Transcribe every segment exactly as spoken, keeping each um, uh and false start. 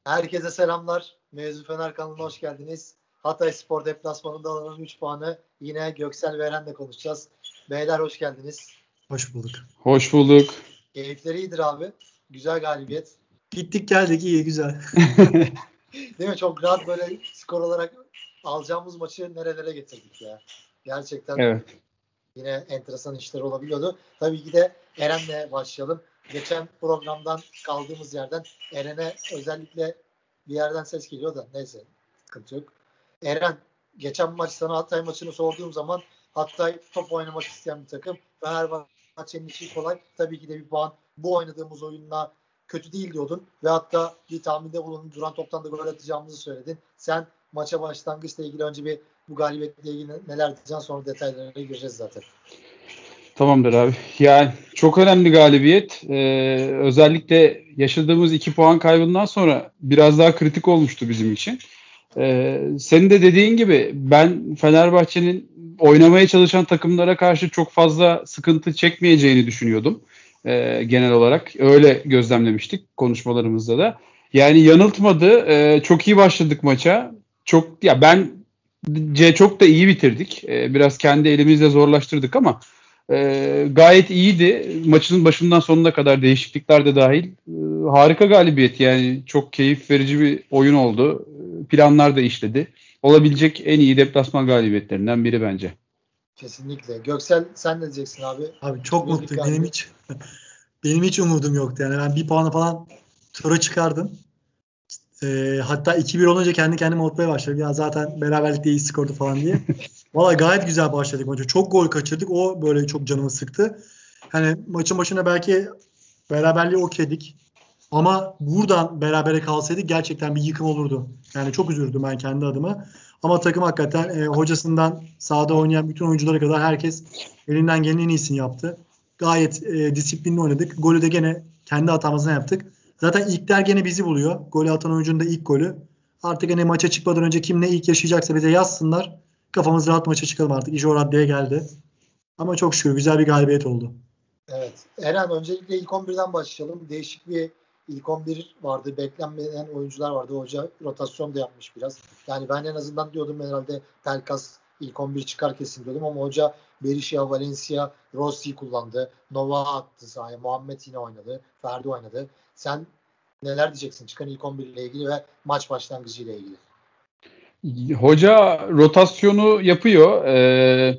Herkese selamlar. Mevzu Fener kanalına hoş geldiniz. Hatayspor deplasmanında alınan üç puanı yine Göksel ve Eren'le konuşacağız. Beyler hoş geldiniz. Hoş bulduk. Hoş bulduk. Keyifleri iyidir abi. Güzel galibiyet. Gittik geldik iyi güzel. Değil mi? Çok rahat böyle skor olarak alacağımız maçı nerelere getirdik ya. Gerçekten evet. Yine enteresan işler olabiliyordu. Tabii ki de Eren'le başlayalım. Geçen programdan kaldığımız yerden Eren'e özellikle bir yerden ses geliyor da neyse sıkıntı yok. Eren, geçen maç sana Hatay maçını sorduğum zaman Hatay top oynamak isteyen bir takım. Fenerbahçe'nin işi kolay. Tabii ki de bir puan. Bu oynadığımız oyunla kötü değil diyordun ve hatta bir tahminde bulundun. Duran toptan da gol atacağımızı söyledin. Sen maça başlangıçla ilgili önce bir bu galibiyetle ilgili neler diyeceksin, sonra detaylarına gireceğiz zaten. Tamamdır abi. Yani çok önemli galibiyet. Ee, özellikle yaşadığımız iki puan kaybından sonra biraz daha kritik olmuştu bizim için. Ee, senin de dediğin gibi ben Fenerbahçe'nin oynamaya çalışan takımlara karşı çok fazla sıkıntı çekmeyeceğini düşünüyordum. Ee, genel olarak öyle gözlemlemiştik konuşmalarımızda da. Yani yanıltmadı. Ee, çok iyi başladık maça. Çok ya ben C çok da iyi bitirdik. Ee, biraz kendi elimizle zorlaştırdık ama e, gayet iyiydi. Maçın başından sonuna kadar değişiklikler de dahil. E, harika galibiyet yani. Çok keyif verici bir oyun oldu. Planlar da işledi. Olabilecek en iyi deplasman galibiyetlerinden biri bence. Kesinlikle. Göksel sen ne diyeceksin abi? Abi çok mutluyum. Benim hiç benim hiç umudum yoktu. Yani ben bir puanı falan tura çıkardım. Ee, hatta iki bir olunca kendi kendime unutmaya başladım. Ya zaten beraberlikte iyi skordu falan diye. Valla gayet güzel başladık maçı. Çok gol kaçırdık. O böyle çok canımı sıktı. Hani maçın başına belki beraberliği okeydik. Ama buradan berabere kalsaydık gerçekten bir yıkım olurdu. Yani çok üzüldüm ben kendi adıma. Ama takım hakikaten e, hocasından sahada oynayan bütün oyunculara kadar herkes elinden gelen en iyisini yaptı. Gayet e, disiplinli oynadık. Golü de gene kendi hatamızdan yaptık. Zaten ilkler gene bizi buluyor. Golü atan oyuncunun da ilk golü. Artık hani maça çıkmadan önce kim ne ilk yaşayacaksa bize yazsınlar. Kafamız rahat maça çıkalım artık. İş o raddeye geldi. Ama çok şükür güzel bir galibiyet oldu. Evet. Eren, öncelikle ilk on birden başlayalım. Değişik bir ilk on bir vardı. Beklenmeyen oyuncular vardı. Hoca rotasyon da yapmış biraz. Yani ben en azından diyordum herhalde Pelkas ilk on bir çıkar kesin diyordum ama hoca Berisha, Valencia, Rossi kullandı. Nova attı sahaya. Muhammed yine oynadı. Ferdi oynadı. Sen neler diyeceksin çıkan ilk on bir ile ilgili ve maç başlangıcı ile ilgili? Hoca rotasyonu yapıyor. Ee,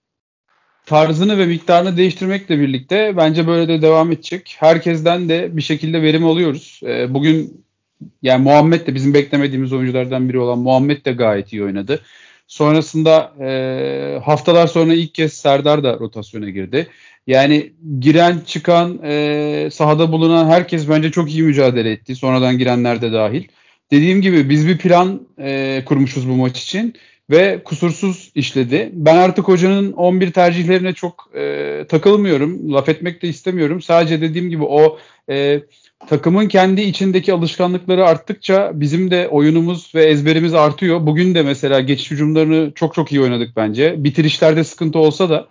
tarzını ve miktarını değiştirmekle birlikte bence böyle de devam edecek. Herkesten de bir şekilde verim alıyoruz. Ee, bugün yani Muhammed de bizim beklemediğimiz oyunculardan biri olan Muhammed de gayet iyi oynadı. Sonrasında e, haftalar sonra ilk kez Serdar da rotasyona girdi. Yani giren çıkan e, sahada bulunan herkes bence çok iyi mücadele etti. Sonradan girenler de dahil. Dediğim gibi biz bir plan e, kurmuşuz bu maç için ve kusursuz işledi. Ben artık hocanın on bir tercihlerine çok e, takılmıyorum. Laf etmek de istemiyorum. Sadece dediğim gibi o e, takımın kendi içindeki alışkanlıkları arttıkça bizim de oyunumuz ve ezberimiz artıyor. Bugün de mesela geçiş hücumlarını çok çok iyi oynadık bence. Bitirişlerde sıkıntı olsa da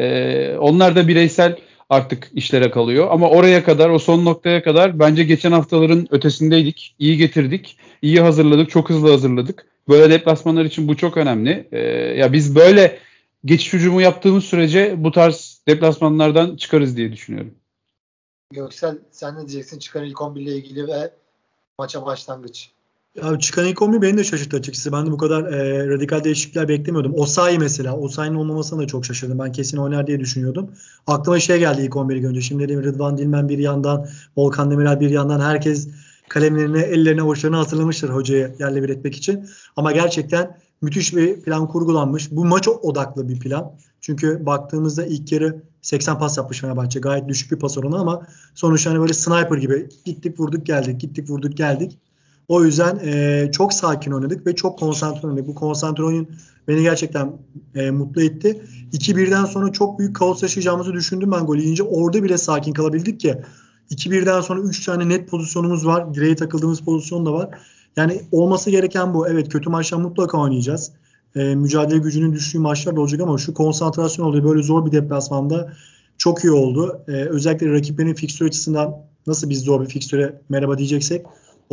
e, onlar da bireysel artık işlere kalıyor. Ama oraya kadar, o son noktaya kadar bence geçen haftaların ötesindeydik. İyi getirdik, iyi hazırladık, çok hızlı hazırladık. Böyle deplasmanlar için bu çok önemli. E, ya biz böyle geçiş hücumu yaptığımız sürece bu tarz deplasmanlardan çıkarız diye düşünüyorum. Göksel sen ne diyeceksin çıkan ilk on bir ile ilgili ve maça başlangıç? Ya çıkan ilk on bir beni de şaşırttı açıkçası. Ben de bu kadar e, radikal değişiklikler beklemiyordum. Osayi mesela. Osayi'nin olmamasına da çok şaşırdım. Ben kesin oynar diye düşünüyordum. Aklıma şey geldi ilk on biri görünce. Şimdi dedim Rıdvan Dilmen bir yandan, Volkan Demirel bir yandan, herkes kalemlerini, ellerine, avuçlarını hazırlamıştır hocayı yerle bir etmek için. Ama gerçekten müthiş bir plan kurgulanmış. Bu maç odaklı bir plan. Çünkü baktığımızda ilk yarı seksen pas yapmış Fenerbahçe. Gayet düşük bir pas oranı ama sonuçta hani böyle sniper gibi gittik vurduk geldik, gittik vurduk geldik. O yüzden e, çok sakin oynadık ve çok konsantre oynadık. Bu konsantre oyun beni gerçekten e, mutlu etti. iki birden sonra çok büyük kaos yaşayacağımızı düşündüm ben gol yiyince. Orada bile sakin kalabildik ki. iki birden sonra üç tane net pozisyonumuz var. Direğe takıldığımız pozisyon da var. Yani olması gereken bu. Evet, kötü maçlar mutlaka oynayacağız. E, mücadele gücünün düştüğü maçlar da olacak ama şu konsantrasyon oluyor. Böyle zor bir deplasmanda çok iyi oldu. E, özellikle rakiplerin fikstür açısından nasıl biz zor bir fikstüre merhaba diyeceksek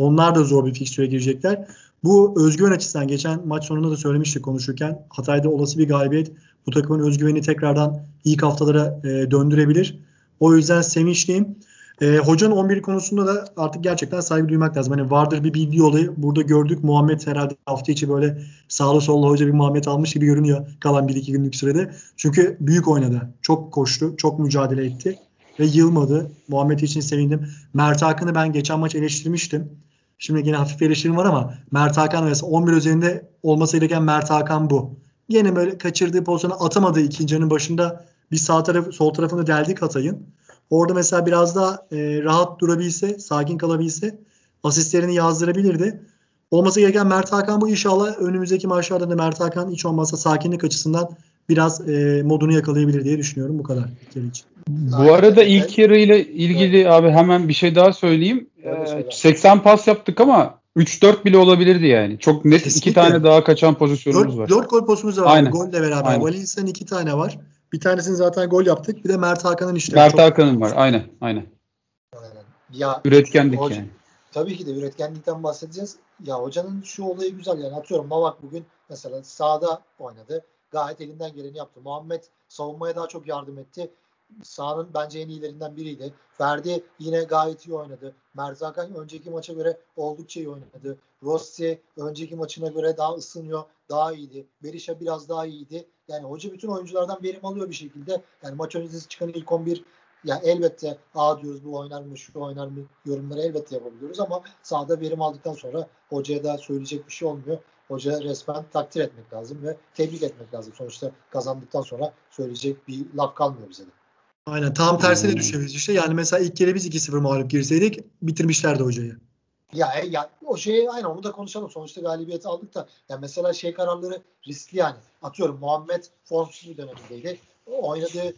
Onlar da zor bir fikstüre girecekler. Bu özgüven açısından geçen maç sonunda da söylemiştik konuşurken. Hatay'da olası bir galibiyet bu takımın özgüvenini tekrardan ilk haftalara e, döndürebilir. O yüzden sevinçliyim. E, hocanın on bir konusunda da artık gerçekten saygı duymak lazım. Hani vardır bir bildiği olayı burada gördük. Muhammed herhalde hafta içi böyle sağlı sollu hoca bir Muhammed almış gibi görünüyor kalan bir iki günlük sürede. Çünkü büyük oynadı. Çok koştu. Çok mücadele etti. Ve yılmadı. Muhammed için sevindim. Mert Hakan'ı ben geçen maç eleştirmiştim. Şimdi yine hafif bir eleştirim var ama Mert Hakan mesela on bir üzerinde olması gereken Mert Hakan bu. Yine böyle kaçırdığı pozisyonu atamadığı ikinci yarının başında bir sağ tarafı sol tarafını deldik Hatay'ın. Orada mesela biraz daha e, rahat durabilse, sakin kalabilse asistlerini yazdırabilirdi. Olması gereken Mert Hakan bu. İnşallah önümüzdeki maçlarda da Mert Hakan hiç olmazsa sakinlik açısından biraz e, modunu yakalayabilir diye düşünüyorum. Bu kadar ilk yarı için. Bu arada ilk yarıyla ilgili abi hemen bir şey daha söyleyeyim. Ee, seksen pas yaptık ama üç dört bile olabilirdi yani. Çok net Kesinlikle. iki tane daha kaçan pozisyonumuz var. dört gol pozisyonumuz var. Aynen. Golle beraber. Aynen. Valencia'nın iki tane var. Bir tanesini zaten gol yaptık. Bir de Mert Hakan'ın işte. Mert Çok... Hakan'ın var. Aynen. Aynen. Aynen. Ya, Üretkendik hoca, yani. tabii ki de üretkenlikten bahsedeceğiz. Ya hocanın şu olayı güzel yani atıyorum Mavak bugün mesela sahada oynadı. Gayet elinden geleni yaptı. Muhammed savunmaya daha çok yardım etti. Sahanın bence en iyilerinden biriydi. Ferdi yine gayet iyi oynadı. Mert Hakan önceki maça göre oldukça iyi oynadı. Rossi önceki maçına göre daha ısınıyor. Daha iyiydi. Berisha biraz daha iyiydi. Yani hoca bütün oyunculardan verim alıyor bir şekilde. Yani maç öncesi çıkan ilk on bir ya elbette a diyoruz bu oynar mı şu oynar mı yorumları elbette yapabiliyoruz ama sahada verim aldıktan sonra hocaya da söyleyecek bir şey olmuyor. Hoca resmen takdir etmek lazım ve tebrik etmek lazım. Sonuçta kazandıktan sonra söyleyecek bir laf kalmıyor bize de. Aynen tam tersine düşebiliriz işte. Yani mesela ilk kere biz iki sıfır mağlup girseydik bitirmişlerdi hocayı. Ya, ya o şeyi aynen onu da konuşalım. Sonuçta galibiyeti aldık da ya mesela şey kararları riskli yani. Atıyorum Muhammed formsuz bir dönemindeydi. Oynadığı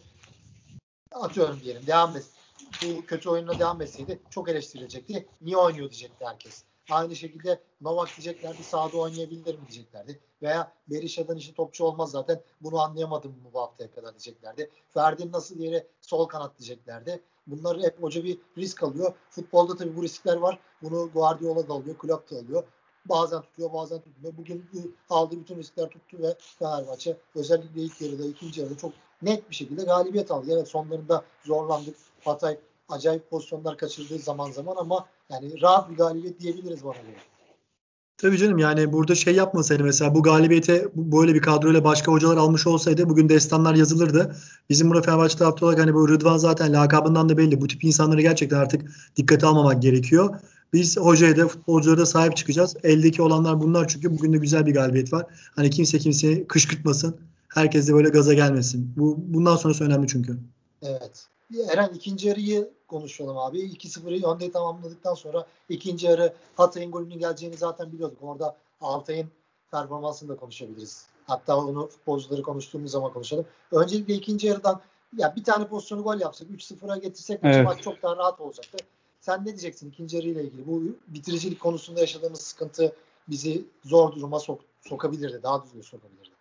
atıyorum diyelim devam et. Bu kötü oyununa devam etseydi çok eleştirilecekti. Niye oynuyor diyecekti herkes. Aynı şekilde Novak diyeceklerdi sahada oynayabilir mi diyeceklerdi. Veya Berisha'dan işi topçu olmaz zaten. Bunu anlayamadım mı bu haftaya kadar diyeceklerdi. Ferdi'nin nasıl yere sol kanat diyeceklerdi. Bunları hep hoca bir risk alıyor. Futbolda tabii bu riskler var. Bunu Guardiola da alıyor, Klopp da alıyor. Bazen tutuyor, bazen tutmuyor. Bugün aldığı bütün riskler tuttu ve Fenerbahçe özellikle ilk yarıda, ikinci yarıda çok net bir şekilde galibiyet aldı. Evet sonlarında zorlandık. Hatay acayip pozisyonlar kaçırdığı zaman zaman ama yani rahat bir galibiyet diyebiliriz bana göre. Tabii canım yani burada şey yapmasaydı mesela bu galibiyete böyle bir kadroyla başka hocalar almış olsaydı bugün destanlar yazılırdı. Bizim burada Fenerbahçe taraftarı olarak hani bu Rıdvan zaten lakabından da belli. Bu tip insanları gerçekten artık dikkate almamak gerekiyor. Biz hocaya da futbolculara da sahip çıkacağız. Eldeki olanlar bunlar çünkü bugün de güzel bir galibiyet var. Hani kimse kimseyi kışkırtmasın. Herkes de böyle gaza gelmesin. Bu bundan sonrası önemli çünkü. Evet. Eren ikinci yarıyı konuşalım abi. iki sıfırı önde tamamladıktan sonra ikinci yarı Hatay'ın golünün geleceğini zaten biliyorduk. Orada Altay'ın performansını da konuşabiliriz. Hatta onu futbolcuları konuştuğumuz zaman konuşalım. Öncelikle ikinci yarıdan ya bir tane pozisyonu gol yapsak üç sıfıra getirsek evet. maç çok daha rahat olacaktı. Sen ne diyeceksin ikinci yarıyla ilgili? Bu bitiricilik konusunda yaşadığımız sıkıntı bizi zor duruma sok- sokabilirdi. Daha düzgün sokabilirdi.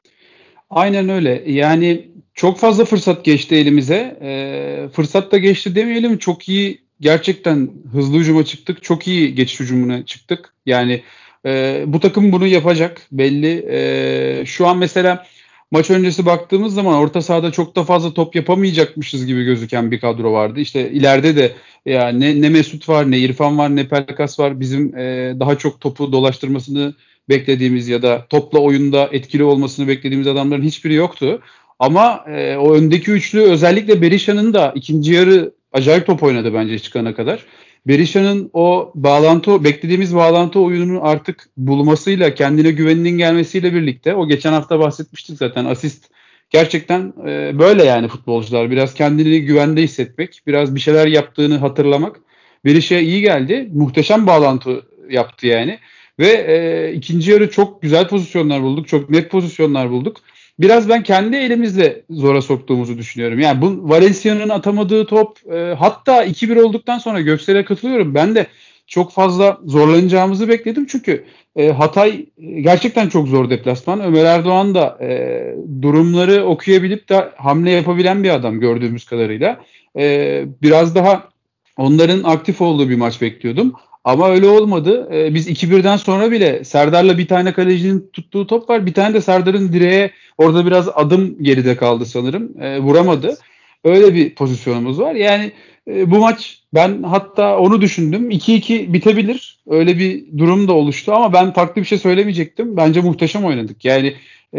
Aynen öyle. Yani çok fazla fırsat geçti elimize. E, fırsat da geçti demeyelim. Çok iyi gerçekten hızlı hücuma çıktık. Çok iyi geçiş hücumuna çıktık. Yani e, bu takım bunu yapacak belli. E, şu an mesela maç öncesi baktığımız zaman orta sahada çok da fazla top yapamayacakmışız gibi gözüken bir kadro vardı. İşte ileride de yani ne, ne Mesut var, ne İrfan var, ne Pelkas var. Bizim e, daha çok topu dolaştırmasını beklediğimiz ya da topla oyunda etkili olmasını beklediğimiz adamların hiçbiri yoktu. Ama e, o öndeki üçlü özellikle Berisha'nın da ikinci yarı acayip top oynadı bence çıkana kadar. Berisha'nın o bağlantı, beklediğimiz bağlantı oyununu artık bulmasıyla, kendine güveninin gelmesiyle birlikte o geçen hafta bahsetmiştik zaten asist gerçekten e, böyle yani futbolcular biraz kendini güvende hissetmek, biraz bir şeyler yaptığını hatırlamak. Berisha iyi geldi, muhteşem bağlantı yaptı yani. Ve e, ikinci yarı çok güzel pozisyonlar bulduk. Çok net pozisyonlar bulduk. Biraz ben kendi elimizle zora soktuğumuzu düşünüyorum. Yani bu Valencia'nın atamadığı top e, hatta iki bir olduktan sonra Göksel'e katılıyorum. Ben de çok fazla zorlanacağımızı bekledim. Çünkü e, Hatay gerçekten çok zor deplasman. Ömer Erdoğan da e, durumları okuyabilip de hamle yapabilen bir adam gördüğümüz kadarıyla. E, biraz daha onların aktif olduğu bir maç bekliyordum. Ama öyle olmadı. Ee, biz iki birden sonra bile Serdar'la bir tane kalecinin tuttuğu top var. Bir tane de Serdar'ın direğe orada biraz adım geride kaldı sanırım. Ee, vuramadı. Öyle bir pozisyonumuz var. Yani e, bu maç ben hatta onu düşündüm. iki iki bitebilir. Öyle bir durum da oluştu ama ben farklı bir şey söylemeyecektim. Bence muhteşem oynadık. Yani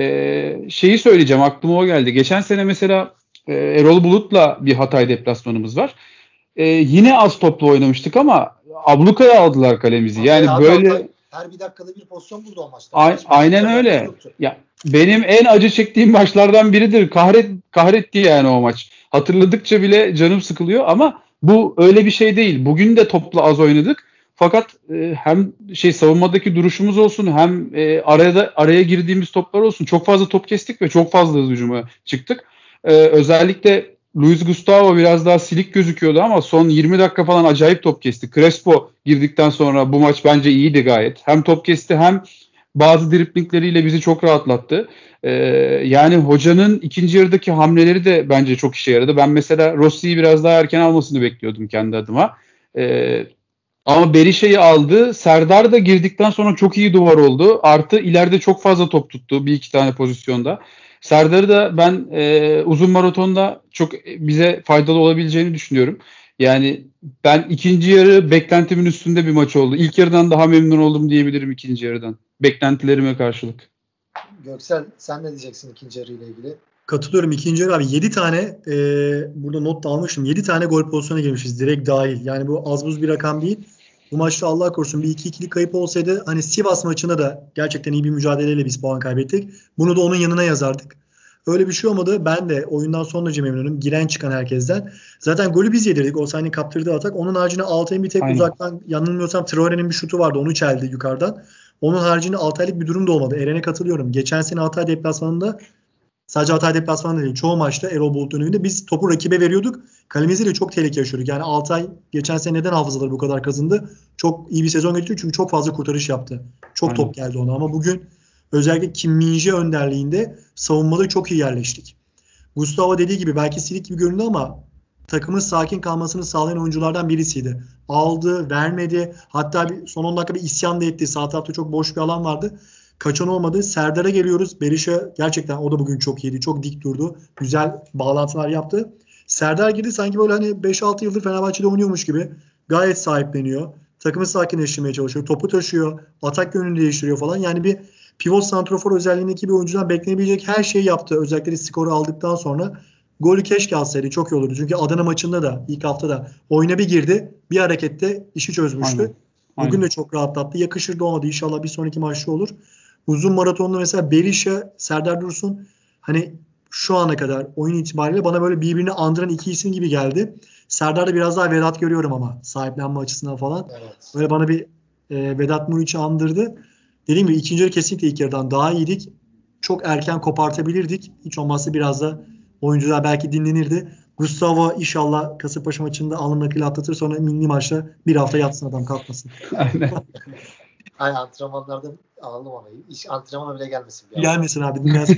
e, şeyi söyleyeceğim, aklıma o geldi. Geçen sene mesela e, Erol Bulut'la bir Hatay deplasmanımız var. E, yine az toplu oynamıştık ama ablukaya aldılar kalemizi. Yani Abi, böyle Hatay her bir dakikada bir pozisyon buldu o maçta. A- aynen öyle. Ya benim en acı çektiğim maçlardan biridir. Kahret kahretti yani o maç. Hatırladıkça bile canım sıkılıyor ama bu öyle bir şey değil. Bugün de topla az oynadık. Fakat e, hem şey savunmadaki duruşumuz olsun hem e, araya araya girdiğimiz toplar olsun. Çok fazla top kestik ve çok fazla hızlı hücuma çıktık. E, özellikle Luis Gustavo biraz daha silik gözüküyordu ama son yirmi dakika falan acayip top kesti. Crespo girdikten sonra bu maç bence iyiydi gayet. Hem top kesti hem bazı driplingleriyle bizi çok rahatlattı. Ee, yani hocanın ikinci yarıdaki hamleleri de bence çok işe yaradı. Ben mesela Rossi'yi biraz daha erken almasını bekliyordum kendi adıma. Ee, ama Berisha'yı aldı. Serdar da girdikten sonra çok iyi duvar oldu. Artı ileride çok fazla top tuttu bir iki tane pozisyonda. Serdar'ı da ben e, uzun maratonda çok bize faydalı olabileceğini düşünüyorum. Yani ben ikinci yarı beklentimin üstünde bir maç oldu. İlk yarıdan daha memnun oldum diyebilirim ikinci yarıdan. Beklentilerime karşılık. Göksel sen ne diyeceksin ikinci yarıyla ilgili? Katılıyorum. İkinci yarı abi yedi tane e, burada not da almışım. yedi tane gol pozisyona girmişiz direkt dahil. Yani bu az buz bir rakam değil. Bu maçta Allah korusun bir iki ikilik kayıp olsaydı hani Sivas maçında da gerçekten iyi bir mücadeleyle biz puan kaybettik. Bunu da onun yanına yazardık. Öyle bir şey olmadı. Ben de oyundan son derece memnunum. Giren çıkan herkesten. Zaten golü biz yedirdik. Osayi'nin kaptırdığı atak. Onun haricinde Altay'ın bir tek Aynen. uzaktan yanılmıyorsam Traore'nin bir şutu vardı. Onu çeldi yukarıdan. Onun haricinde Altay'lık bir durum da olmadı. Eren'e katılıyorum. Geçen sene Altay deplasmanında sadece Hatay deplasmanında değil. Çoğu maçta Erol Bulut döneminde biz topu rakibe veriyorduk. Kalemizle çok tehlike yaşıyorduk. Yani Altay geçen sene neden hafızaları bu kadar kazındı? Çok iyi bir sezon geçirdi çünkü çok fazla kurtarış yaptı. Çok Aynen. top geldi ona ama bugün özellikle Kim Min-jae önderliğinde savunmada çok iyi yerleştik. Gustavo dediği gibi belki silik gibi göründü ama takımın sakin kalmasını sağlayan oyunculardan birisiydi. Aldı, vermedi. Hatta bir, son on dakika bir isyan da etti. Sağ tarafta çok boş bir alan vardı. Kaçan olmadı. Serdar'a geliyoruz. Berisha gerçekten o da bugün çok iyiydi. Çok dik durdu. Güzel bağlantılar yaptı. Serdar girdi sanki böyle hani beş altı yıldır Fenerbahçe'de oynuyormuş gibi. Gayet sahipleniyor. Takımı sakinleştirmeye çalışıyor. Topu taşıyor. Atak yönünü değiştiriyor falan. Yani bir pivot santrofor özelliğindeki bir oyuncudan beklenebilecek her şeyi yaptı. Özellikle skoru aldıktan sonra. Golü keşke alsaydı. Çok iyi olurdu. Çünkü Adana maçında da ilk haftada oyuna bir girdi. Bir harekette işi çözmüştü. Aynen. Bugün Aynen. de çok rahatlattı. Yakışırdı olmadı. İnşallah bir sonraki maçta olur. Uzun maratonda mesela Berisha, Serdar Dursun hani şu ana kadar oyun itibariyle bana böyle birbirini andıran iki isim gibi geldi. Serdar'da biraz daha Vedat görüyorum ama sahiplenme açısından falan. Evet. Böyle bana bir e, Vedat Muriç'i andırdı. Dediğim gibi ikinci yarı kesinlikle ilk yarıdan daha iyiydik. Çok erken kopartabilirdik. Hiç olmazsa biraz da oyuncular belki dinlenirdi. Gustavo inşallah Kasımpaşa maçında alnının akıyla atlatır. Sonra milli maçta bir hafta yatsın adam kalkmasın. Aynen. Ay antrenmanlarda aldım onu. İş antrenmana bile gelmesin. Bir Gelmesin abi dinlensin.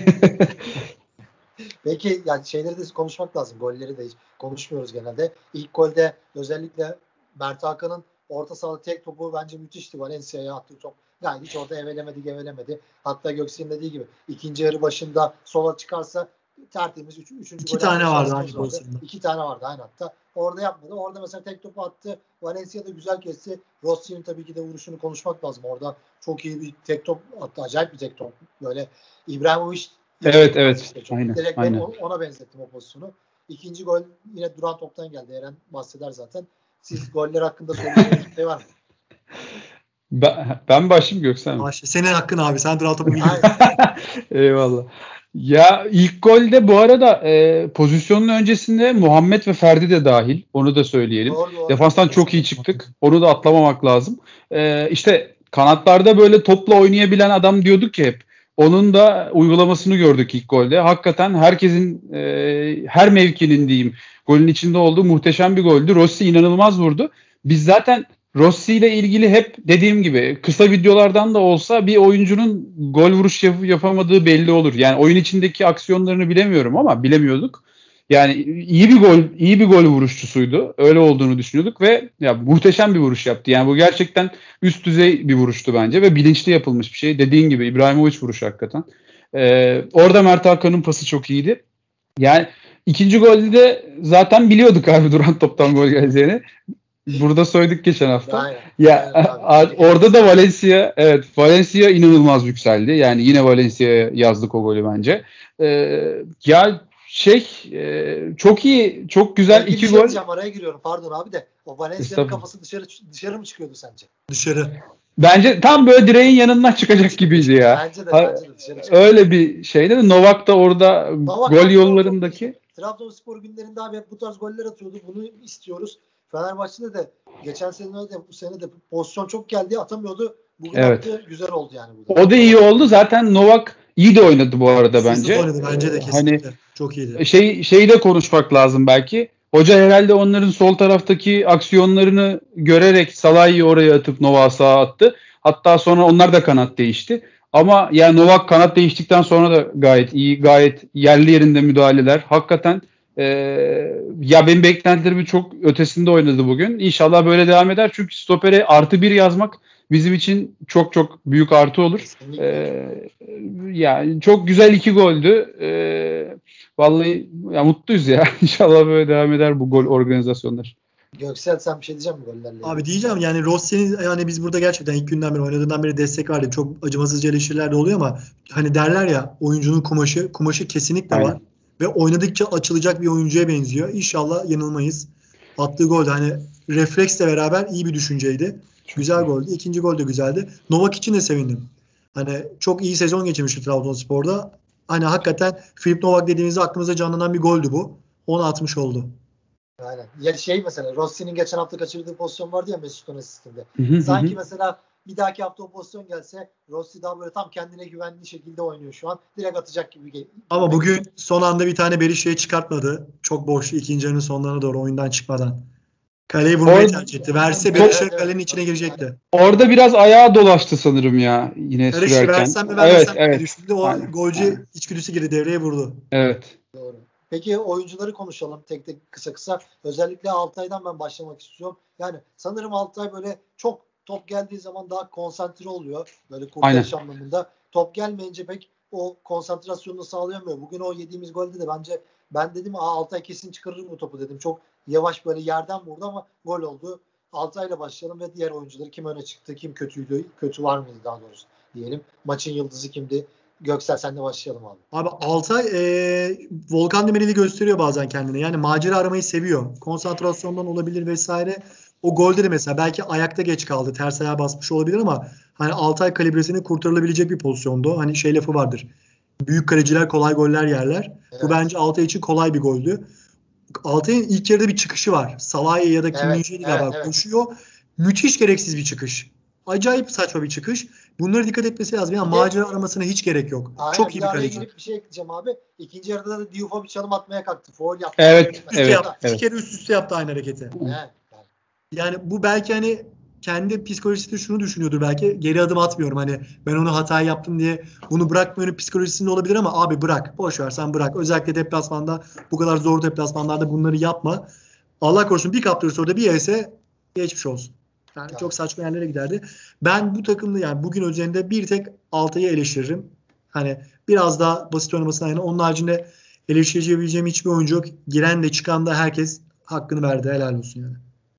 Peki yani şeyleri de konuşmak lazım. Golleri de hiç konuşmuyoruz genelde. İlk golde özellikle Mert Hakan'ın orta sahada tek topu bence müthişti. Valencia'ya attığı top. Yani hiç orada evelemedi gevelemedi. Hatta Göksel'in dediği gibi ikinci yarı başında sola çıkarsa tertemiz üç, üçüncü İki gol tane atma vardı şansımız aynı pozisyonda. İki tane vardı aynı hatta. Orada yapmadı. Orada mesela tek topu attı. Valencia da güzel kesti. Rossi'nin tabii ki de vuruşunu konuşmak lazım. Orada çok iyi bir tek top attı. Acayip bir tek top. Böyle İbrahimovic Evet evet. işte çok. Aynen. Direkt Aynen. ben ona benzettim o pozisyonu. İkinci gol yine duran toptan geldi. Eren bahseder zaten. Siz goller hakkında söyleyeceğiniz bir şey var mı? Ben, ben başlayayım Göksel mi? Başla. Senin hakkın abi. Sen dural topu giydin. Eyvallah. Ya ilk golde bu arada e, pozisyonun öncesinde Muhammed ve Ferdi de dahil. Onu da söyleyelim. Doğru, doğru. Defanstan çok iyi çıktık. Onu da atlamamak lazım. E, işte kanatlarda böyle topla oynayabilen adam diyorduk ki hep. Onun da uygulamasını gördük ilk golde. Hakikaten herkesin e, her mevkinin diyeyim golün içinde olduğu muhteşem bir goldü. Rossi inanılmaz vurdu. Biz zaten Rossi ile ilgili hep dediğim gibi kısa videolardan da olsa bir oyuncunun gol vuruş yap- yapamadığı belli olur. Yani oyun içindeki aksiyonlarını bilemiyorum ama bilemiyorduk. Yani iyi bir gol, iyi bir gol vuruşçusuydu. Öyle olduğunu düşünüyorduk ve ya muhteşem bir vuruş yaptı. Yani bu gerçekten üst düzey bir vuruştu bence ve bilinçli yapılmış bir şey. Dediğin gibi İbrahimovic vuruşu hakikaten. Ee, orada Mert Hakan'ın pası çok iyiydi. Yani ikinci golde de zaten biliyorduk abi duran toptan gol geleceğini. Burada söyledik geçen hafta. Aynen. Ya Aynen abi. orada da Valencia, evet Valencia inanılmaz yükseldi. Yani yine Valencia'ya yazdık o golü bence. Ee, ya şey e, çok iyi, çok güzel Peki, iki bir şey gol. diyeceğim, araya giriyorum pardon abi de. O Valencia'nın Estağfurullah. kafası dışarı dışarı mı çıkıyordu sence? Dışarı. Bence tam böyle direğin yanından çıkacak gibiydi ya. Bence de Ha, bence de dışarı çıkıyordu. öyle bir şeydi. Novak da orada Novak gol Trabzon- yollarındaki. Trabzonspor günlerinde abi hep bu tarz goller atıyordu. Bunu istiyoruz. Fenerbahçe'de de geçen sene de bu sene de pozisyon çok geldi, atamıyordu. Bugün Evet. attı, güzel oldu yani bu da. O da iyi oldu. Zaten Novak iyi de oynadı bu arada Sızlı bence. oynadı bence de Ee, kesinlikle. Çok iyiydi. Hani şey şeyi de konuşmak lazım belki. Hoca herhalde onların sol taraftaki aksiyonlarını görerek Salah'ı oraya atıp Novak'ı sağa attı. Hatta sonra onlar da kanat değişti. Ama yani Novak kanat değiştikten sonra da gayet iyi, gayet yerli yerinde müdahaleler. Hakikaten e, ya benim beklentilerimin çok ötesinde oynadı bugün. İnşallah böyle devam eder. Çünkü stopere artı bir yazmak bizim için çok çok büyük artı olur. Kesinlikle. Ee, yani çok güzel iki goldü. Ee, vallahi ya mutluyuz ya. İnşallah böyle devam eder bu gol organizasyonlar. Göksel sen bir şey diyecek misin gollerle? Abi diyeceğim yani Rossi'nin yani biz burada gerçekten ilk günden beri oynadığından beri destek verdik. Çok acımasızca eleştiriler de oluyor ama hani derler ya oyuncunun kumaşı kumaşı kesinlikle Aynen. var. Ve oynadıkça açılacak bir oyuncuya benziyor. İnşallah yanılmayız. Attığı gol de hani refleksle beraber iyi bir düşünceydi. Güzel goldü. İkinci gol de güzeldi. Novak için de sevindim. Hani çok iyi sezon geçirmişti Trabzonspor'da. Hani hakikaten Filip Novak dediğimizde aklımıza canlanan bir goldü bu. Onu atmış oldu. Aynen. Ya şey mesela Rossi'nin geçen hafta kaçırdığı pozisyon vardı ya Mesut'un asistinde. Hı hı, Sanki hı. mesela bir dahaki hafta o pozisyon gelse Rossi daha böyle tam kendine güvenli şekilde oynuyor şu an. Direkt atacak gibi geliyor. Ama bugün son anda bir tane Berisha'yı çıkartmadı. Çok boş ikinci yarının sonlarına doğru oyundan çıkmadan. Kaleyi vurmayı Orada- tercih etti. Verse Evet, Berisha evet. kalenin içine girecekti. Orada biraz ayağa dolaştı sanırım ya yine Karış sürerken. versem mi Evet, vermesem mi diye evet. düşündü. O Aynen, golcü aynen. içgüdüsü girdi devreye vurdu. Evet. Doğru. Peki oyuncuları konuşalım tek tek kısa kısa. Özellikle Altay'dan ben başlamak istiyorum. Yani sanırım Altay böyle çok top geldiği zaman daha konsantre oluyor. Böyle kurtarış anlamında. Top gelmeyince pek o konsantrasyonunu sağlayamıyor. Bugün o yediğimiz golde de bence ben dedim Aa, Altay kesin çıkarır bu topu dedim. Çok yavaş böyle yerden vurdu ama gol oldu. Altay'la başlayalım ve diğer oyuncuları kim öne çıktı, kim kötüydü, kötü var mıydı daha doğrusu diyelim. Maçın yıldızı kimdi? Göksel senle başlayalım abi. Abi Altay e, Volkan Demirel'i gösteriyor bazen kendine. Yani macera aramayı seviyor. Konsantrasyondan olabilir vesaire. O golde de mesela belki ayakta geç kaldı. Ters ayağa basmış olabilir ama hani Altay kalibresini kurtarılabilecek bir pozisyondu. Hani şey lafı vardır. Büyük kaleciler kolay goller yerler. Evet. Bu bence Altay için kolay bir goldü. Altay'ın ilk yarıda bir çıkışı var. Salah'ya ya da Kim Evet, Min-jae'yle evet, galiba evet. koşuyor. Müthiş gereksiz bir çıkış. Acayip saçma bir çıkış. Bunlara dikkat etmesi lazım. Yani Bir de- macera aramasına hiç gerek yok. Aynen, Çok bir iyi de bir araya kaleci. girip bir şey ekleyeceğim abi. İkinci yarıda da Diouf'a bir çalım atmaya kalktı. Foul yaptı. Evet, Üst evet, yaptı. İki evet. kere üst üste yaptı aynı hareketi. Evet, evet. Yani bu belki hani kendi psikolojisinde şunu düşünüyordur belki. Geri adım atmıyorum. Hani ben onu hata yaptım diye bunu bırakmıyorum psikolojisinde olabilir ama abi bırak. Boş ver sen bırak. Özellikle deplasmanda bu kadar zor deplasmanlarda bunları yapma. Allah korusun bir kaptırırsa orada bir yese geçmiş olsun. Yani Evet. çok saçma yerlere giderdi. Ben bu takımda yani bugün özelinde bir tek Altay'ı eleştiririm. Hani biraz daha basit oynamasına yani onun haricinde eleştirebileceğim hiçbir oyuncu yok. Giren de çıkan da herkes hakkını verdi. Helal olsun yani.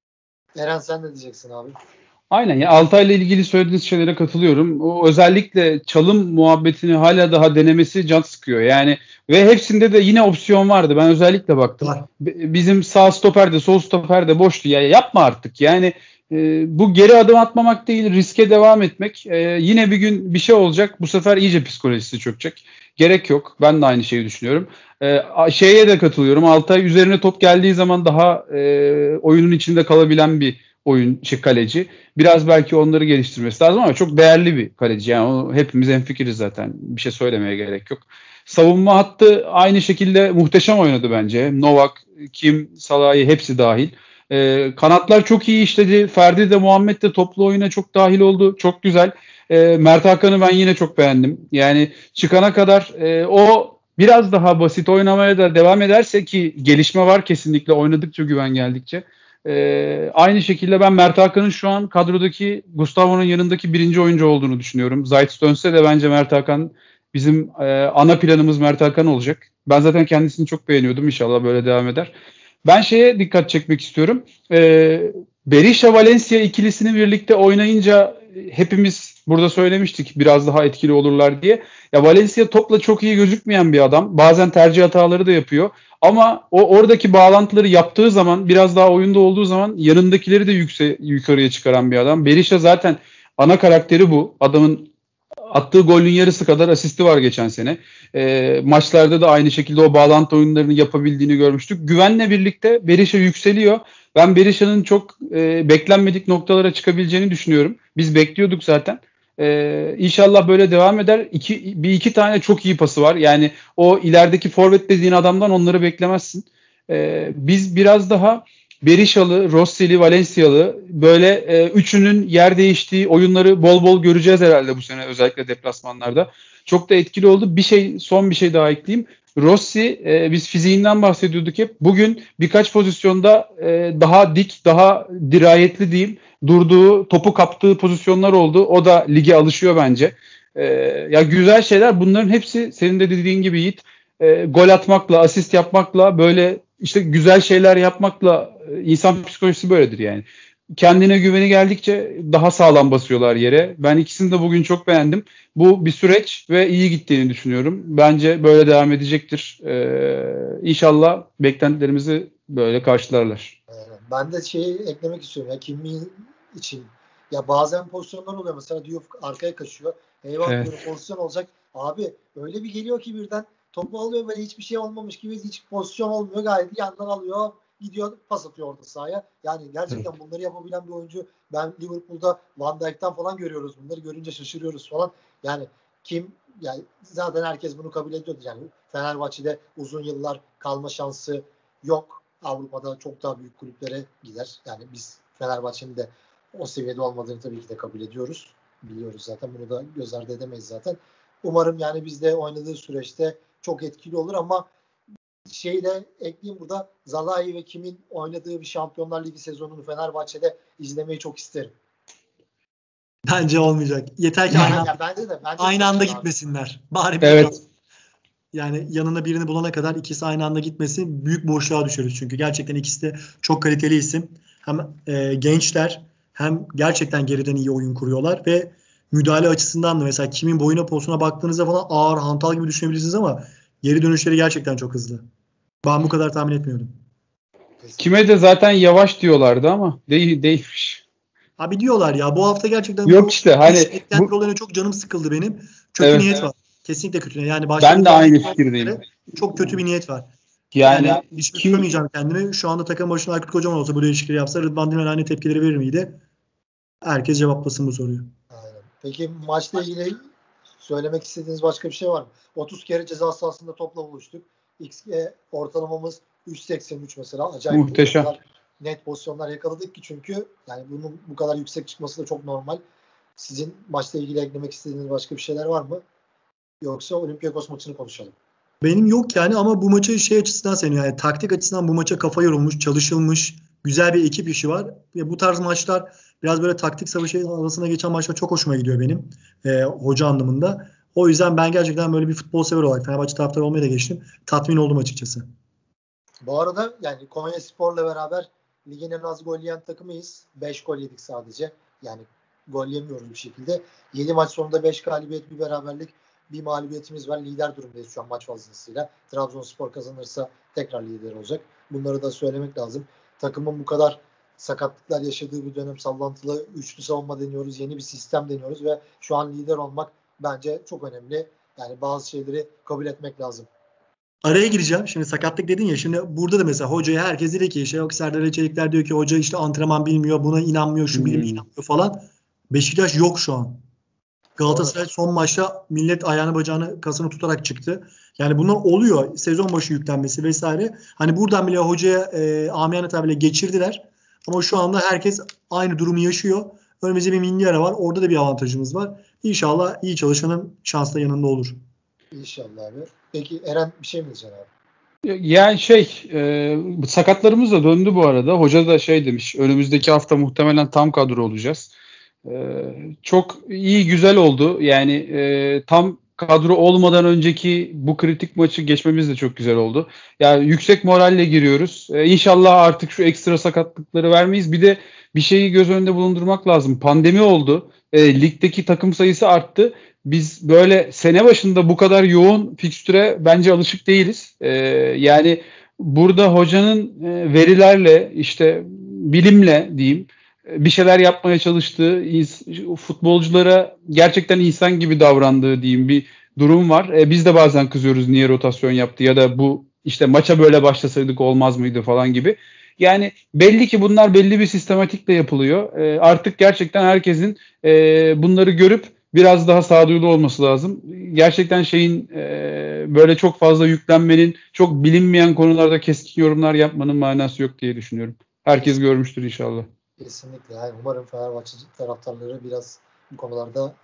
Eren sen ne diyeceksin abi? Aynen ya Altay'la ilgili söylediğiniz şeylere katılıyorum. O özellikle çalım muhabbetini hala daha denemesi can sıkıyor. Yani ve hepsinde de yine opsiyon vardı. Ben özellikle baktım. Var. B- Bizim sağ stoper de sol stoper de boştu. Ya yapma artık. Yani e, bu geri adım atmamak değil, riske devam etmek. E, yine bir gün bir şey olacak. Bu sefer iyice psikolojisi çökecek. Gerek yok. Ben de aynı şeyi düşünüyorum. E, a- şeye de katılıyorum. Altay üzerine top geldiği zaman daha e, oyunun içinde kalabilen bir oyun şey, kaleci. Biraz belki onları geliştirmesi lazım ama çok değerli bir kaleci. Yani onu hepimiz hemfikiriz zaten. Bir şey söylemeye gerek yok. Savunma hattı aynı şekilde muhteşem oynadı bence. Novak, Kim, Salah'ı hepsi dahil. Ee, kanatlar çok iyi işledi. Ferdi de Muhammed de toplu oyuna çok dahil oldu. Çok güzel. Ee, Mert Hakan'ı ben yine çok beğendim. Yani çıkana kadar e, o biraz daha basit oynamaya da devam ederse, ki gelişme var kesinlikle oynadıkça, güven geldikçe. Ee, aynı şekilde ben Mert Hakan'ın şu an kadrodaki Gustavo'nun yanındaki birinci oyuncu olduğunu düşünüyorum. Zayt dönse de bence Mert Hakan bizim e, ana planımız Mert Hakan olacak. Ben zaten kendisini çok beğeniyordum. İnşallah böyle devam eder. Ben şeye dikkat çekmek istiyorum. Ee, Berisha Valencia ikilisini birlikte oynayınca hepimiz burada söylemiştik biraz daha etkili olurlar diye. Ya Valencia topla çok iyi gözükmeyen bir adam. Bazen tercih hataları da yapıyor. Ama o oradaki bağlantıları yaptığı zaman, biraz daha oyunda olduğu zaman yanındakileri de yükse, yukarıya çıkaran bir adam. Berisha zaten ana karakteri bu. Adamın attığı golün yarısı kadar asisti var geçen sene. E, maçlarda da aynı şekilde o bağlantı oyunlarını yapabildiğini görmüştük. Güvenle birlikte Berisha yükseliyor. Ben Berisha'nın çok e, beklenmedik noktalara çıkabileceğini düşünüyorum. Biz bekliyorduk zaten. Ee, inşallah böyle devam eder. İki, bir iki tane çok iyi pası var. Yani o ilerideki forvet dediğin adamdan onları beklemezsin. Ee, biz biraz daha Berisha'lı, Rossi'li, Valencia'lı böyle e, üçünün yer değiştiği oyunları bol bol göreceğiz herhalde bu sene, özellikle deplasmanlarda. Çok da etkili oldu. Bir şey, son bir şey daha ekleyeyim. Rossi, e, biz fiziğinden bahsediyorduk hep. Bugün birkaç pozisyonda e, daha dik, daha dirayetli diyeyim, durduğu, topu kaptığı pozisyonlar oldu. O da lige alışıyor bence. Ee, ya güzel şeyler. Bunların hepsi senin de dediğin gibi Yiğit, e, gol atmakla, asist yapmakla, böyle işte güzel şeyler yapmakla, e, insan psikolojisi böyledir yani. Kendine güveni geldikçe daha sağlam basıyorlar yere. Ben ikisini de bugün çok beğendim. Bu bir süreç ve iyi gittiğini düşünüyorum. Bence böyle devam edecektir. Ee, İnşallah beklentilerimizi böyle karşılarlar. Ben de şeyi eklemek istiyorum. Ya Kim Min için. Ya bazen pozisyonlar oluyor. Mesela diyor arkaya kaçıyor. Eyvah Evet. diyorum pozisyon olacak. Abi öyle bir geliyor ki birden topu alıyor, böyle hiçbir şey olmamış gibi, hiç pozisyon olmuyor. Gayet yandan alıyor. Gidiyor pas atıyor orta sahaya. Yani gerçekten evet, bunları yapabilen bir oyuncu. Ben Liverpool'da Van Dijk'ten falan görüyoruz. Bunları görünce şaşırıyoruz falan. Yani kim, yani zaten herkes bunu kabul ediyordu. Yani Fenerbahçe'de uzun yıllar kalma şansı yok. Avrupa'da çok daha büyük kulüplere gider. Yani biz Fenerbahçe'nin de o seviyede olmadığını tabii ki de kabul ediyoruz. Biliyoruz zaten. Bunu da göz ardı edemeyiz zaten. Umarım yani bizde oynadığı süreçte çok etkili olur ama şeyle ekleyeyim burada, Zalai ve Kim'in oynadığı bir Şampiyonlar Ligi sezonunu Fenerbahçe'de izlemeyi çok isterim. Bence olmayacak. Yeter ki Yani, aynı, yani bence de, bence aynı de anda abi. gitmesinler. Bari bir Evet. Yani yanına birini bulana kadar ikisi aynı anda gitmesi, büyük boşluğa düşeriz çünkü. Gerçekten ikisi de çok kaliteli isim. Hem e, gençler, hem gerçekten geriden iyi oyun kuruyorlar ve müdahale açısından da mesela Kimin boyuna posuna baktığınızda falan ağır, hantal gibi düşünebilirsiniz ama geri dönüşleri gerçekten çok hızlı. Ben bu kadar tahmin etmiyordum. Kime de zaten yavaş diyorlardı ama değil, değilmiş. Abi diyorlar ya, bu hafta gerçekten Yok işte hani bu olayına çok canım sıkıldı benim. Kötü evet, niyet evet. var. Kesinlikle kötü niyet. Yani ben de aynı fikirdeyim. Çok kötü bir niyet var. Yani, yani hiç kim... tutamayacağım kendimi. Şu anda takım başına Aykut Kocaman olsa, bu değişiklikleri yapsa Rıdvan Dilmen aynı tepkileri verir miydi? Herkes cevaplasın bu soruyu. Aynen. Peki maçla ilgili söylemek istediğiniz başka bir şey var mı? otuz kere ceza sahasında topla buluştuk. X G ortalamamız üç seksen üç mesela. Acayip muhteşem. Net pozisyonlar yakaladık ki, çünkü yani bunun bu kadar yüksek çıkması da çok normal. Sizin maçla ilgili eklemek istediğiniz başka bir şeyler var mı? Yoksa Olympiakos maçını konuşalım. Benim yok yani, ama bu maçı şey açısından seviyorum. Yani taktik açısından bu maça kafa yorulmuş, çalışılmış, güzel bir ekip işi var. Ve bu tarz maçlar, biraz böyle taktik savaşı havasına geçen maçlar çok hoşuma gidiyor benim. E, hoca anlamında. O yüzden ben gerçekten böyle bir futbol sever olarak, Fenerbahçe taraftarı olmaya da geçtim, tatmin oldum açıkçası. Bu arada yani Konyaspor'la beraber ligin en az gol yiyen takımıyız. beş gol yedik sadece. Yani gol yemiyoruz bir şekilde. yedi maç sonunda beş galibiyet, bir beraberlik, bir mağlubiyetimiz var. Lider durumdayız şu an maç fazlasıyla. Trabzonspor kazanırsa tekrar lider olacak. Bunları da söylemek lazım. Takımın bu kadar sakatlıklar yaşadığı bir dönem, sallantılı üçlü savunma deniyoruz. Yeni bir sistem deniyoruz ve şu an lider olmak bence çok önemli. Yani bazı şeyleri kabul etmek lazım. Araya gireceğim. Şimdi sakatlık dedin ya. Şimdi burada da mesela hocaya herkes dedi ki, şey yok, Serdar Ecelikler diyor ki hoca işte antrenman bilmiyor, buna inanmıyor, şu bilime inanmıyor falan. Beşiktaş yok şu an. Galatasaray son maçta millet ayağını bacağını kasını tutarak çıktı. Yani bunlar oluyor. Sezon başı yüklenmesi vesaire. Hani buradan bile hocaya e, amiyane tabirle geçirdiler. Ama şu anda herkes aynı durumu yaşıyor. Önümüzde bir milli ara var. Orada da bir avantajımız var. İnşallah iyi çalışanın şansla yanında olur. İnşallah abi. Peki Eren bir şey mi diyeceksin abi? Yani şey e, sakatlarımız da döndü bu arada. Hoca da şey demiş. Önümüzdeki hafta muhtemelen tam kadro olacağız. E, çok iyi güzel oldu. Yani e, tam kadro olmadan önceki bu kritik maçı geçmemiz de çok güzel oldu. Yani yüksek moralle giriyoruz. E, İnşallah artık şu ekstra sakatlıkları vermeyiz. Bir de bir şeyi göz önünde bulundurmak lazım. Pandemi oldu. E, ligdeki takım sayısı arttı. Biz böyle sene başında bu kadar yoğun fikstüre bence alışık değiliz. Ee, yani burada hocanın e, verilerle işte bilimle diyeyim e, bir şeyler yapmaya çalıştığı, ins- futbolculara gerçekten insan gibi davrandığı diyeyim bir durum var. E, biz de bazen kızıyoruz niye rotasyon yaptı ya da bu işte maça böyle başlasaydık olmaz mıydı falan gibi. Yani belli ki bunlar belli bir sistematikle yapılıyor. E, artık gerçekten herkesin e, bunları görüp biraz daha sağduyulu olması lazım. Gerçekten şeyin e, böyle çok fazla yüklenmenin, çok bilinmeyen konularda keskin yorumlar yapmanın manası yok diye düşünüyorum. Herkes görmüştür inşallah. Kesinlikle. Yani umarım Fenerbahçe taraftarları biraz bu konularda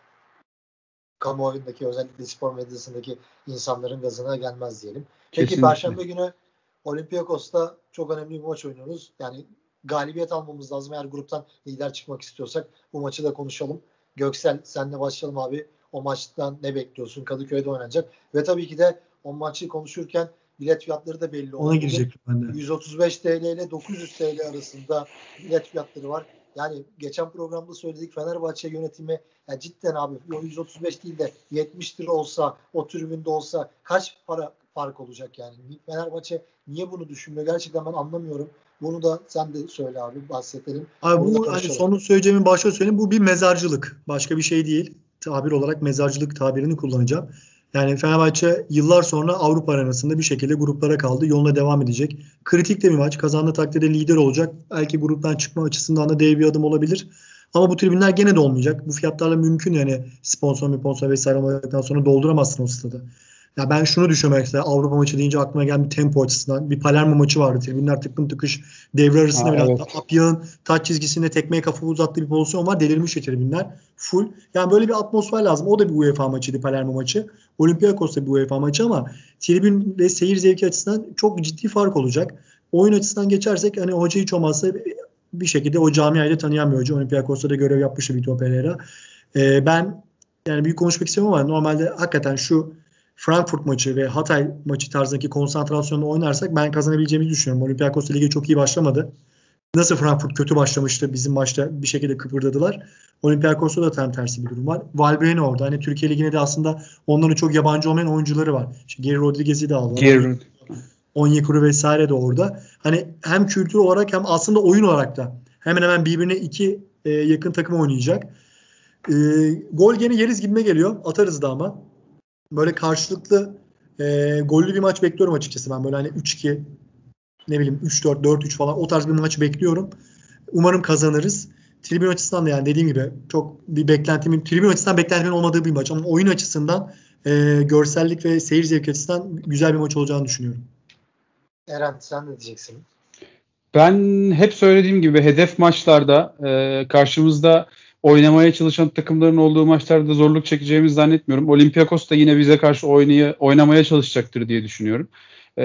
kamuoyundaki özellikle spor medyasındaki insanların gazına gelmez diyelim. Peki Kesinlikle. Perşembe günü Olympiakos'ta çok önemli bir maç oynuyoruz. Yani galibiyet almamız lazım eğer gruptan lider çıkmak istiyorsak. Bu maçı da konuşalım. Göksel senle başlayalım abi. O maçtan ne bekliyorsun? Kadıköy'de oynanacak. Ve tabii ki de o maçı konuşurken bilet fiyatları da belli oldu. Ona girecektim ben de. yüz otuz beş TL ile dokuz yüz TL arasında bilet fiyatları var. Yani geçen programda söyledik Fenerbahçe yönetimi ya cidden abi o yüz otuz beş değil de yetmiş lira olsa o tribünde olsa kaç para fark olacak yani. Fenerbahçe niye bunu düşünmüyor? Gerçekten ben anlamıyorum. Bunu da sen de söyle abi bahsedelim. Abi Burada bu hani konuşalım. sonu söyleyeceğimin başta söyleyeyim. Bu bir mezarcılık. Başka bir şey değil. Tabir olarak mezarcılık tabirini kullanacağım. Yani Fenerbahçe yıllar sonra Avrupa arenasında bir şekilde gruplara kaldı. Yoluna devam edecek. Kritik de bir maç. Kazandığı takdirde lider olacak. Belki gruptan çıkma açısından da dev bir adım olabilir. Ama bu tribünler gene de olmayacak. Bu fiyatlarla mümkün yani sponsor, sponsor vesaire olmadıktan sonra dolduramazsın o stadı. Ya ben şunu düşünüyorum mesela Avrupa maçı deyince aklıma gelen bir tempo açısından. Bir Palermo maçı vardı. Tribünler tıklım tıkış devre arasında Ha, bile evet. hatta Apya'nın taç çizgisinde tekmeye kafa uzattığı bir pozisyon var. Delirmiş ya tribünler. Full. Yani böyle bir atmosfer lazım. O da bir UEFA maçıydı Palermo maçı. Olympiakos da bir UEFA maçı ama tribün ve seyir zevki açısından çok ciddi fark olacak. Oyun açısından geçersek hani hoca hiç olmazsa bir şekilde o camiayı da tanıyan bir hoca. Olympiakos'ta da görev yapmıştı Vitor Pereira. Ee, ben yani büyük konuşmak istemiyorum ama normalde hakikaten şu Frankfurt maçı ve Hatay maçı tarzındaki konsantrasyonla oynarsak ben kazanabileceğimizi düşünüyorum. Olympiakos lige çok iyi başlamadı. Nasıl Frankfurt kötü başlamıştı bizim maçta bir şekilde kıpırdadılar. Olympiakos'ta da tam tersi bir durum var. Valbuena orada. Hani Türkiye Ligi'ne de aslında onların çok yabancı olmayan oyuncuları var. İşte Geri Rodriguez'i de aldılar. Geri. Onyekuru vesaire de orada. Hani hem kültür olarak hem aslında oyun olarak da hemen hemen birbirine iki e, yakın takım oynayacak. E, gol gene yeriz gibime geliyor. Atarız da ama. Böyle karşılıklı e, gollü bir maç bekliyorum açıkçası ben. Böyle hani üç iki ne bileyim üç dört dört üç falan o tarz bir maç bekliyorum. Umarım kazanırız. Tribün açısından da yani dediğim gibi çok bir beklentimin tribün açısından beklentimin olmadığı bir maç ama oyun açısından e, görsellik ve seyir zevki açısından güzel bir maç olacağını düşünüyorum. Eren sen ne diyeceksin? Ben hep söylediğim gibi hedef maçlarda e, karşımızda oynamaya çalışan takımların olduğu maçlarda zorluk çekeceğimizi zannetmiyorum. Olympiakos da yine bize karşı oynaya, oynamaya çalışacaktır diye düşünüyorum. E,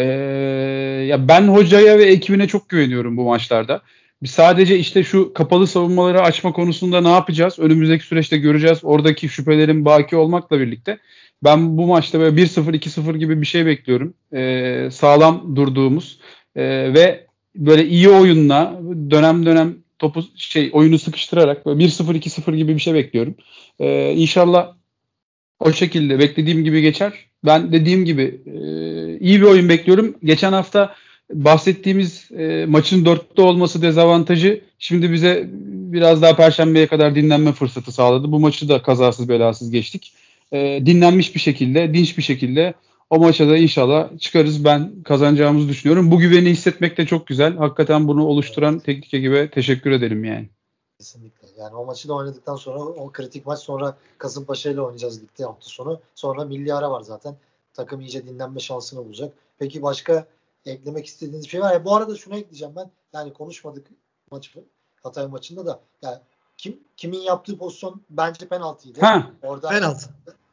ya ben hocaya ve ekibine çok güveniyorum bu maçlarda. Biz sadece işte şu kapalı savunmaları açma konusunda ne yapacağız? Önümüzdeki süreçte göreceğiz. Oradaki şüphelerin baki olmakla birlikte ben bu maçta böyle bir sıfır iki sıfır gibi bir şey bekliyorum. E, sağlam durduğumuz e, ve böyle iyi oyunla dönem dönem topu şey oyunu sıkıştırarak böyle bir sıfır iki sıfır gibi bir şey bekliyorum. Ee, İnşallah o şekilde beklediğim gibi geçer. Ben dediğim gibi e, iyi bir oyun bekliyorum. Geçen hafta bahsettiğimiz e, maçın dörtte olması dezavantajı şimdi bize biraz daha Perşembe'ye kadar dinlenme fırsatı sağladı. Bu maçı da kazasız belasız geçtik. E, dinlenmiş bir şekilde, dinç bir şekilde o maça da inşallah çıkarız. Ben kazanacağımızı düşünüyorum. Bu güveni hissetmek de çok güzel. Hakikaten bunu oluşturan teknik ekibe teşekkür edelim yani. Kesinlikle. Yani o maçı da oynadıktan sonra o kritik maç sonra Kasımpaşa ile oynayacağız ligde hafta sonu. Sonra milli ara var zaten. Takım iyice dinlenme şansını bulacak. Peki başka eklemek istediğiniz bir şey var? Ya bu arada şunu ekleyeceğim ben. Yani konuşmadık maç Hatay maçında da. Yani kim kimin yaptığı pozisyon bence penaltıydı. Ha, Orada penaltı.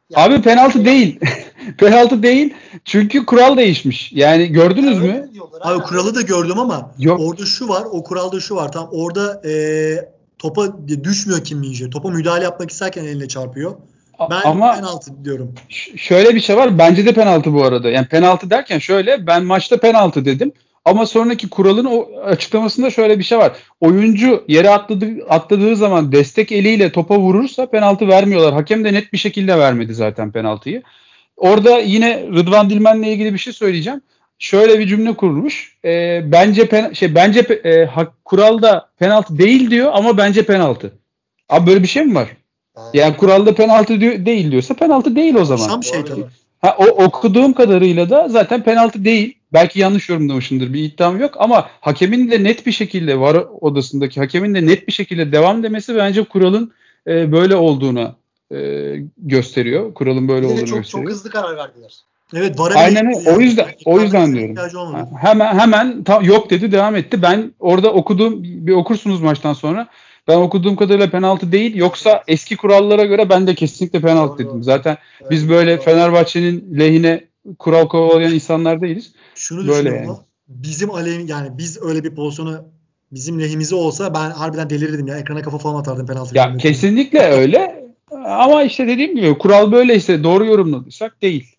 Abi penaltı değil. Penaltı değil. Çünkü kural değişmiş. Yani gördünüz öyle mü? diyorlar, Abi aynen. kuralı da gördüm ama Yok. orada şu var, o kuralda şu var. Tam orada e, topa düşmüyor Kim Min-jae. Topa müdahale yapmak isterken eline çarpıyor. A- Ben ama penaltı diyorum. ş- şöyle bir şey var. Bence de penaltı bu arada. Yani penaltı derken şöyle, ben maçta penaltı dedim. Ama sonraki kuralın o açıklamasında şöyle bir şey var. Oyuncu yere atladığı, atladığı zaman destek eliyle topa vurursa penaltı vermiyorlar. Hakem de net bir şekilde vermedi zaten penaltıyı. Orada yine Rıdvan Dilmen'le ilgili bir şey söyleyeceğim. Şöyle bir cümle kurmuş. E, bence pen, şey bence pe- e, hak, kuralda penaltı değil diyor ama bence penaltı. Abi böyle bir şey mi var? Ha, Yani kuralda penaltı diyor, değil diyorsa penaltı değil o zaman. Şam şey doğru. tabii. Ha, o okuduğum kadarıyla da zaten penaltı değil. Belki yanlış yorumlamışımdır. Bir iddiam yok ama hakemin de net bir şekilde var odasındaki hakemin de net bir şekilde devam demesi bence kuralın e, böyle olduğunu e, gösteriyor. Kuralın böyle Bir de olduğunu çok gösteriyor. çok hızlı karar verdiler. Evet, vara Aynen bile öyle. O yüzden o yüzden diyorum. ihtiyacı olmadı. Ha, Hemen hemen tam yok dedi, devam etti. Ben orada okuduğum, bir okursunuz maçtan sonra. Ben okuduğum kadarıyla penaltı değil. Yoksa eski kurallara göre ben de kesinlikle penaltı Doğru. dedim. Zaten Evet, biz böyle doğru. Fenerbahçe'nin lehine kural kovalayan insanlar değiliz. Şunu Böyle düşünüyorum. yani. Bizim aleyhine, yani biz öyle bir pozisyonu bizim lehimize olsa ben harbiden delirirdim ya. Ekrana kafa falan atardım penaltı. Ya görmek için. kesinlikle öyle. Ama işte dediğim gibi kural böyleyse, doğru yorumladıysak değil.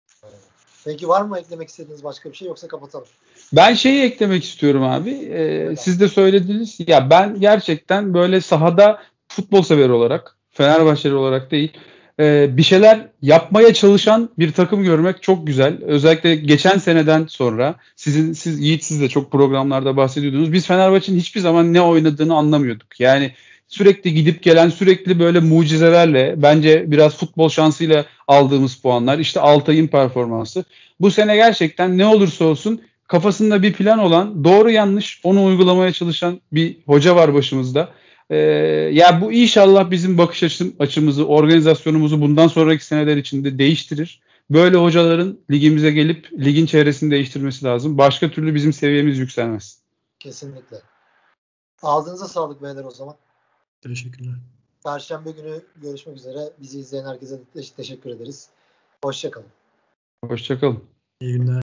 Peki var mı eklemek istediğiniz başka bir şey, yoksa kapatalım? Ben şeyi eklemek istiyorum abi. Ee, Evet. siz de söylediniz. Ya ben gerçekten böyle sahada futbol sever olarak, Fenerbahçeli olarak değil, e, bir şeyler yapmaya çalışan bir takım görmek çok güzel. Özellikle geçen seneden sonra sizin siz Yiğit, siz de çok programlarda bahsediyordunuz. Biz Fenerbahçe'nin hiçbir zaman ne oynadığını anlamıyorduk. Yani sürekli gidip gelen, sürekli böyle mucizelerle, bence biraz futbol şansıyla aldığımız puanlar, işte Altay'ın performansı. Bu sene gerçekten ne olursa olsun kafasında bir plan olan, doğru yanlış onu uygulamaya çalışan bir hoca var başımızda. Ee, ya bu inşallah bizim bakış açım, açımızı, organizasyonumuzu bundan sonraki seneler içinde değiştirir. Böyle hocaların ligimize gelip ligin çevresini değiştirmesi lazım. Başka türlü bizim seviyemiz yükselmez. Kesinlikle. Ağzınıza sağlık beyler o zaman. Teşekkürler. Perşembe günü görüşmek üzere. Bizi izleyen herkese de teşekkür ederiz. Hoşça kalın. Hoşça kalın. İyi günler.